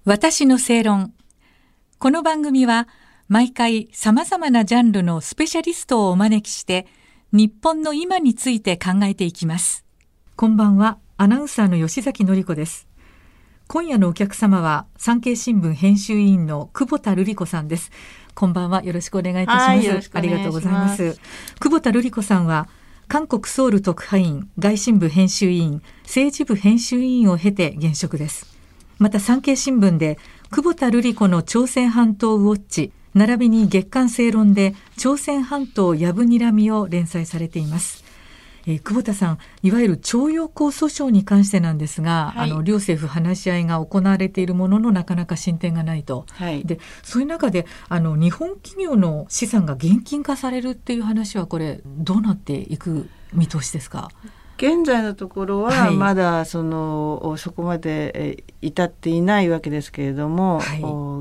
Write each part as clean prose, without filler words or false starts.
私の正論。この番組は毎回様々なジャンルのスペシャリストをお招きして日本の今について考えていきます。こんばんは、アナウンサーの吉崎紀子です。今夜のお客様は産経新聞編集委員の久保田瑠璃子さんです。こんばんは、よろしくお願いいたします。 はい、よろしくお願いします。 ありがとうございます。久保田瑠璃子さんは韓国ソウル特派員、外信部編集委員、政治部編集委員を経て現職です。また産経新聞で久保田瑠璃子の朝鮮半島ウォッチ並びに月刊正論で朝鮮半島やぶにらみを連載されています。久保田さん、いわゆる徴用工訴訟に関してなんですが、はい、両政府話し合いが行われているもののなかなか進展がないと、はい、でそういう中で日本企業の資産が現金化されるっていう話はこれどうなっていく見通しですか？ 現在のところはまだそこまで至っていないわけですけれども、はい、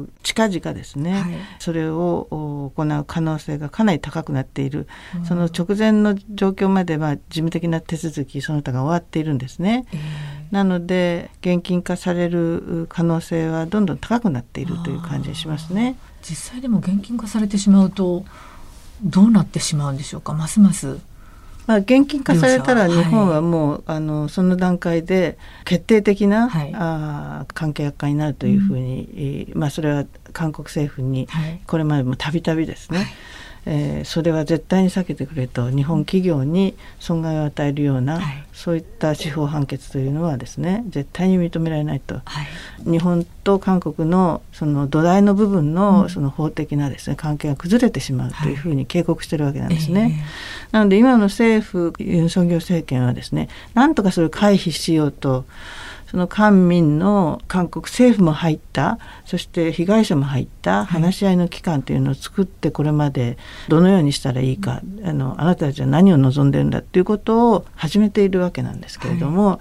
近々ですね、はい、それを行う可能性がかなり高くなっている、その直前の状況までは事務的な手続きその他が終わっているんですね。なので現金化される可能性はどんどん高くなっているという感じがしますね。 実際でも現金化されてしまうとどうなってしまうんでしょうか？ますます現金化されたら日本はもう、はい、その段階で決定的な、はい、関係悪化になるというふうに、それは韓国政府にこれまでもたびたびですね、はいそれは絶対に避けてくれと日本企業に損害を与えるような、はい、そういった司法判決というのはですね絶対に認められないと、はい、日本と韓国のその土台の部分のその法的なですね、関係が崩れてしまうというふうに警告しているわけなんですね、なので今の政府ユン・ソンニョル政権はですねなんとかそれを回避しようとその官民の韓国政府も入ったそして被害者も入った話し合いの機関というのを作ってこれまでどのようにしたらいいかあなたたちは何を望んでるんだということを始めているわけなんですけれども、はい、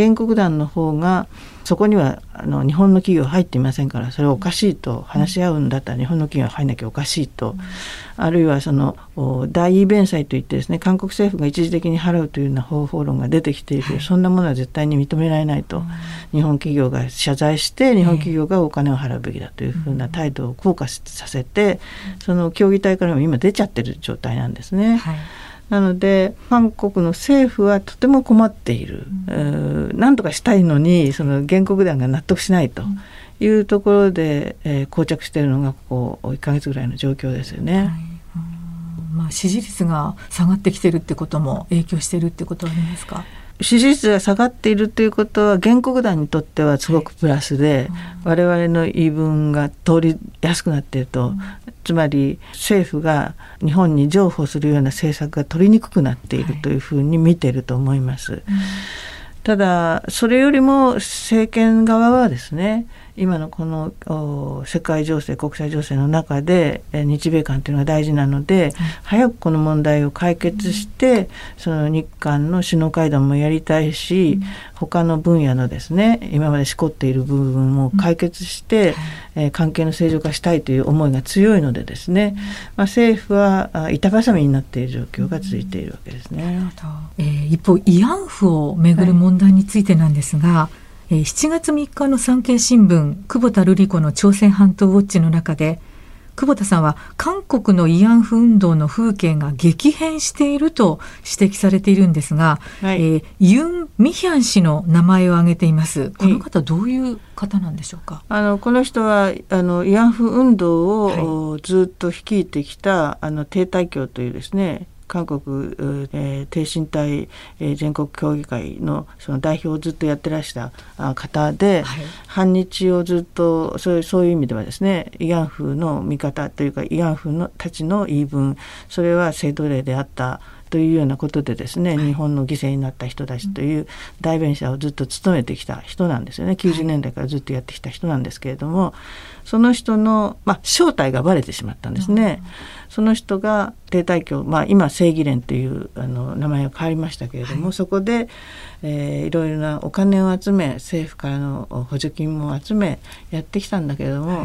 原告団の方がそこには日本の企業入っていませんからそれはおかしいと話し合うんだったら日本の企業入んなきゃおかしいと、あるいはその代位弁済といってですね韓国政府が一時的に払うというような方法論が出てきている、はい、そんなものは絶対に認められないと、日本企業が謝罪して日本企業がお金を払うべきだというふうな態度を硬化させてその協議体からも今出ちゃってる状態なんですね、はい、なので韓国の政府はとても困っている、なんとかしたいのにその原告団が納得しないというところで、膠着しているのがここ1ヶ月ぐらいの状況ですよね、 はい、支持率が下がってきているってことも影響しているってことはありますか？ 支持率が下がっているということは原告団にとってはすごくプラスで、はい、我々の言い分が通りやすくなっていると、つまり政府が日本に譲歩するような政策が取りにくくなっているというふうに見ていると思います、はい、ただそれよりも政権側はですね今のこの世界情勢国際情勢の中で日米間というのが大事なので、早くこの問題を解決してその日韓の首脳会談もやりたいし、他の分野のですね今までしこっている部分も解決して、関係の正常化したいという思いが強いのでですね、政府は板挟みになっている状況が続いているわけですね、 一方慰安婦をめぐる問題についてなんですが、7月3日の産経新聞久保田瑠璃子の朝鮮半島ウォッチの中で久保田さんは韓国の慰安婦運動の風景が激変していると指摘されているんですが、はい、ユン・ミヒャン氏の名前を挙げています。この方どういう方なんでしょうか？ この人は慰安婦運動を、ずっと率いてきた鄭大強というですね韓国、挺身隊、全国協議会 その代表をずっとやってらした方で、はい、反日をずっとそういう意味ではですね慰安婦の味方というか慰安婦たちの言い分それは制度例であったというようなことでですね、はい、日本の犠牲になった人たちという代弁者をずっと務めてきた人なんですよね。90年代からずっとやってきた人なんですけれども、その人の、正体がバレてしまったんですね。その人が鄭大強、今正義連という名前が変わりましたけれども、はい、そこで、いろいろなお金を集め政府からの補助金も集めやってきたんだけれども、はい、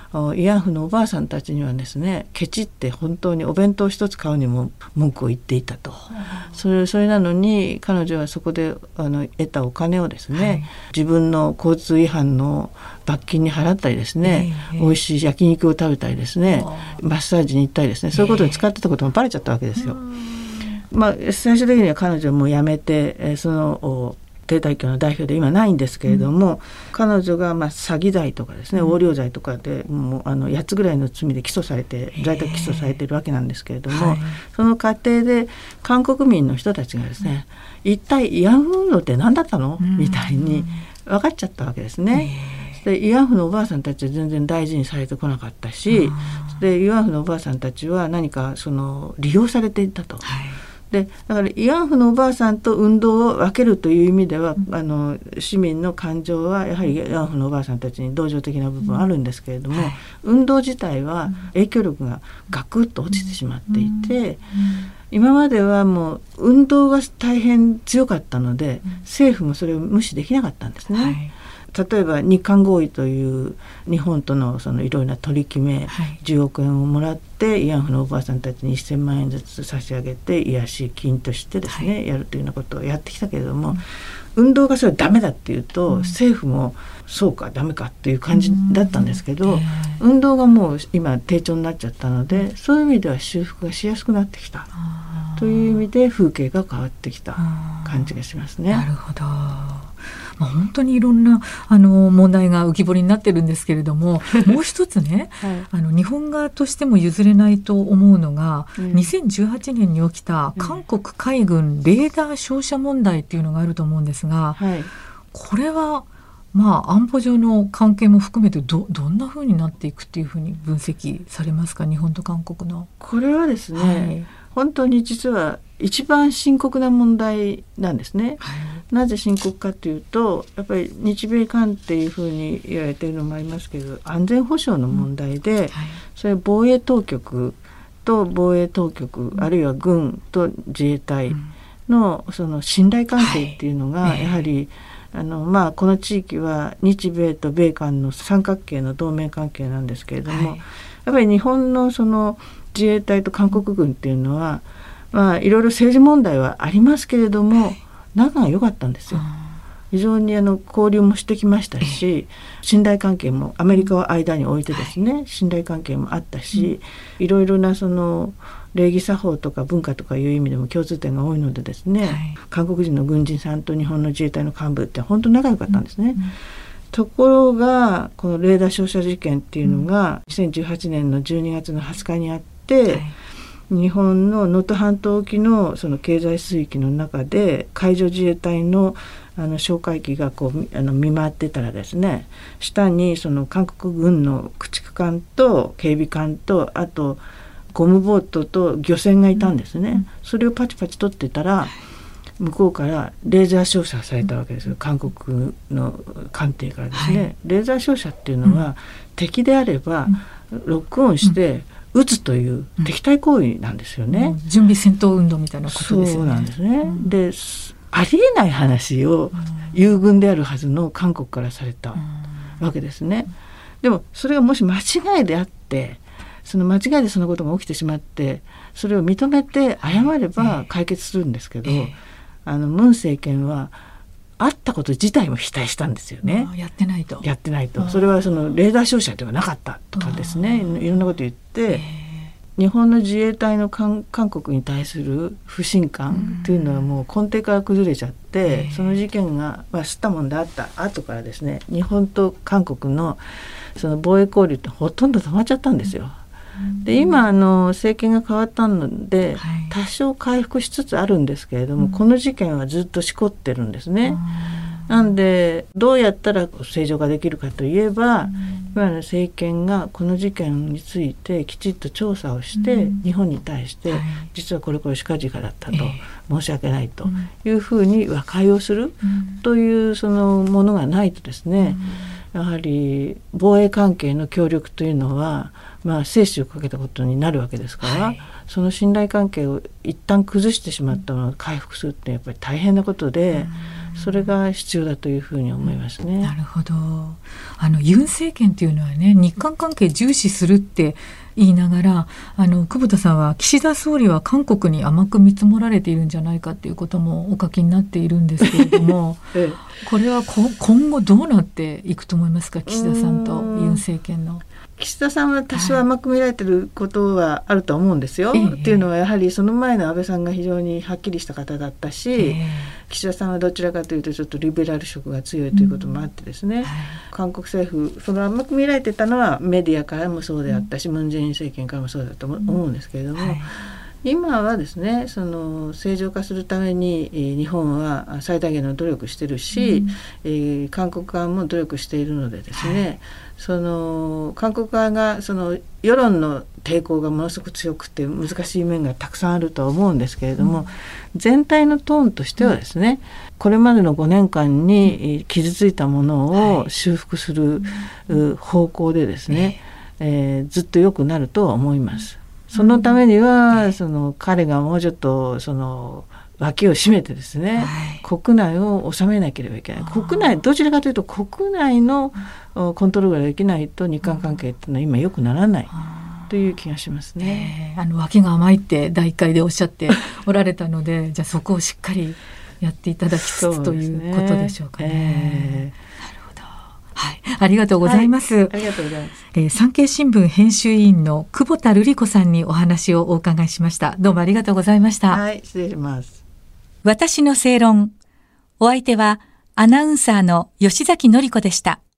慰安婦のおばあさんたちにはですね、ケチって本当にお弁当一つ買うにも文句を言っていたと。それなのに彼女はそこで得たお金をですね、自分の交通違反の罰金に払ったりですね、美味しい焼肉を食べたりですね、マッサージに行ったりですね、そういうことに使ってたこともバレちゃったわけですよ。最終的には彼女はもう辞めて、その帝大教の代表で今ないんですけれども、彼女が詐欺罪とかですね、横領罪とかでもう8つぐらいの罪で起訴されて、在宅起訴されているわけなんですけれども、その過程で韓国民の人たちがですね、一体慰安婦運動って何だったのみたいに分かっちゃったわけですね。で慰安婦のおばあさんたちは全然大事にされてこなかったし、で慰安婦のおばあさんたちは何か利用されていたと。でだから慰安婦のおばあさんと運動を分けるという意味では、市民の感情はやはり慰安婦のおばあさんたちに同情的な部分はあるんですけれども、運動自体は影響力がガクッと落ちてしまっていて、今まではもう運動が大変強かったので、政府もそれを無視できなかったんですね。例えば日韓合意という日本とのいろいろな取り決め、10億円をもらって慰安婦のおばあさんたちに1000万円ずつ差し上げて癒し金としてですね、やるというようなことをやってきたけれども、運動がそれはダメだっていうと、政府もそうかダメかっていう感じだったんですけど、運動がもう今低調になっちゃったので、そういう意味では修復がしやすくなってきたという意味で風景が変わってきた感じがしますね。 なるほど。本当にいろんな問題が浮き彫りになってるんですけれども、もう一つね、日本側としても譲れないと思うのが、2018年に起きた韓国海軍レーダー照射問題っていうのがあると思うんですが、これは安保上の関係も含めてどんな風になっていくっていう風に分析されますか、日本と韓国の。 これはですね、本当に実は一番深刻な問題なんですね。なぜ深刻かというと、やっぱり日米韓っていうふうに言われているのもありますけど、安全保障の問題で、それ防衛当局と防衛当局、あるいは軍と自衛隊のその信頼関係っていうのが、やはりこの地域は日米と米韓の三角形の同盟関係なんですけれども、やっぱり日本のその自衛隊と韓国軍っていうのは、いろいろ政治問題はありますけれども、仲が良かったんですよ。非常に交流もしてきましたし、信頼関係もアメリカを間に置いてですね、信頼関係もあったし、いろいろな礼儀作法とか文化とかいう意味でも共通点が多いのでですね、韓国人の軍人さんと日本の自衛隊の幹部って本当に仲良かったんですね。ところがこのレーダー照射事件っていうのが2018年の12月の20日にあって、日本の能登半島沖のその経済水域の中で海上自衛隊の哨戒機が見回ってたらですね、下にその韓国軍の駆逐艦と警備艦と、あとゴムボートと漁船がいたんですね。それをパチパチ取ってたら、向こうからレーザー照射されたわけですよ。韓国の艦艇からですね、レーザー照射っていうのは、敵であればロックオンして撃つという敵対行為なんですよね。 準備戦闘運動みたいなことですよね。 そうなんですね。で、ありえない話を友軍であるはずの韓国からされたわけですね。でもそれがもし間違いであって、その間違いでそのことが起きてしまって、それを認めて謝れば解決するんですけど、ムン政権はあったこと自体も否定したんですよね。 やってないと。 それはそのレーダー照射ではなかったとかですね、いろんなこと言って、日本の自衛隊の韓国に対する不信感というのはもう根底から崩れちゃって、その事件が吸ったもんであった後からですね、日本と韓国のその防衛交流ってほとんど止まっちゃったんですよ。で、今政権が変わったので、多少回復しつつあるんですけれども、この事件はずっとしこってるんですね。なんでどうやったら正常化できるかといえば、今の政権がこの事件についてきちっと調査をして、日本に対して実はこれしかじかだったと、申し訳ないというふうに和解をするというそのものがないとですね、やはり防衛関係の協力というのは、生死をかけたことになるわけですから、その信頼関係を一旦崩してしまったものを回復するってやっぱり大変なことで、 それが必要だというふうに思いますね。 なるほど。ユン政権というのはね、日韓関係重視するって言いながら、久保田さんは岸田総理は韓国に甘く見積もられているんじゃないかということもお書きになっているんですけれども、これは今後どうなっていくと思いますか、岸田さんとユン政権の。 岸田さんは多少甘く見られてることはあると思うんですよ。っていうのはやはりその前の安倍さんが非常にはっきりした方だったし、岸田さんはどちらかというとちょっとリベラル色が強いということもあってですね、韓国政府その甘く見られてたのはメディアからもそうであったし、ムン・ジェイン政権からもそうだと思うんですけれども、今はですね、その正常化するために日本は最大限の努力してるし、韓国側も努力しているのでですね、その韓国側がその世論の抵抗がものすごく強くて難しい面がたくさんあるとは思うんですけれども、全体のトーンとしてはですね、これまでの5年間に傷ついたものを修復する方向でですね、ずっと良くなるとは思います。そのためにはその彼がもうちょっとその脇を締めてですね、国内を収めなければいけない。国内、どちらかというと国内のコントロールができないと日韓関係っていうのは今良くならないという気がしますね。 脇が甘いって第1回でおっしゃっておられたので、じゃあそこをしっかりやっていただきつつということでしょうかね。ありがとうございます。 ありがとうございます。 産経新聞編集委員の久保田瑠璃子さんにお話をお伺いしました。どうもありがとうございました。 はい、失礼します。 私の正論。お相手はアナウンサーの吉崎典子でした。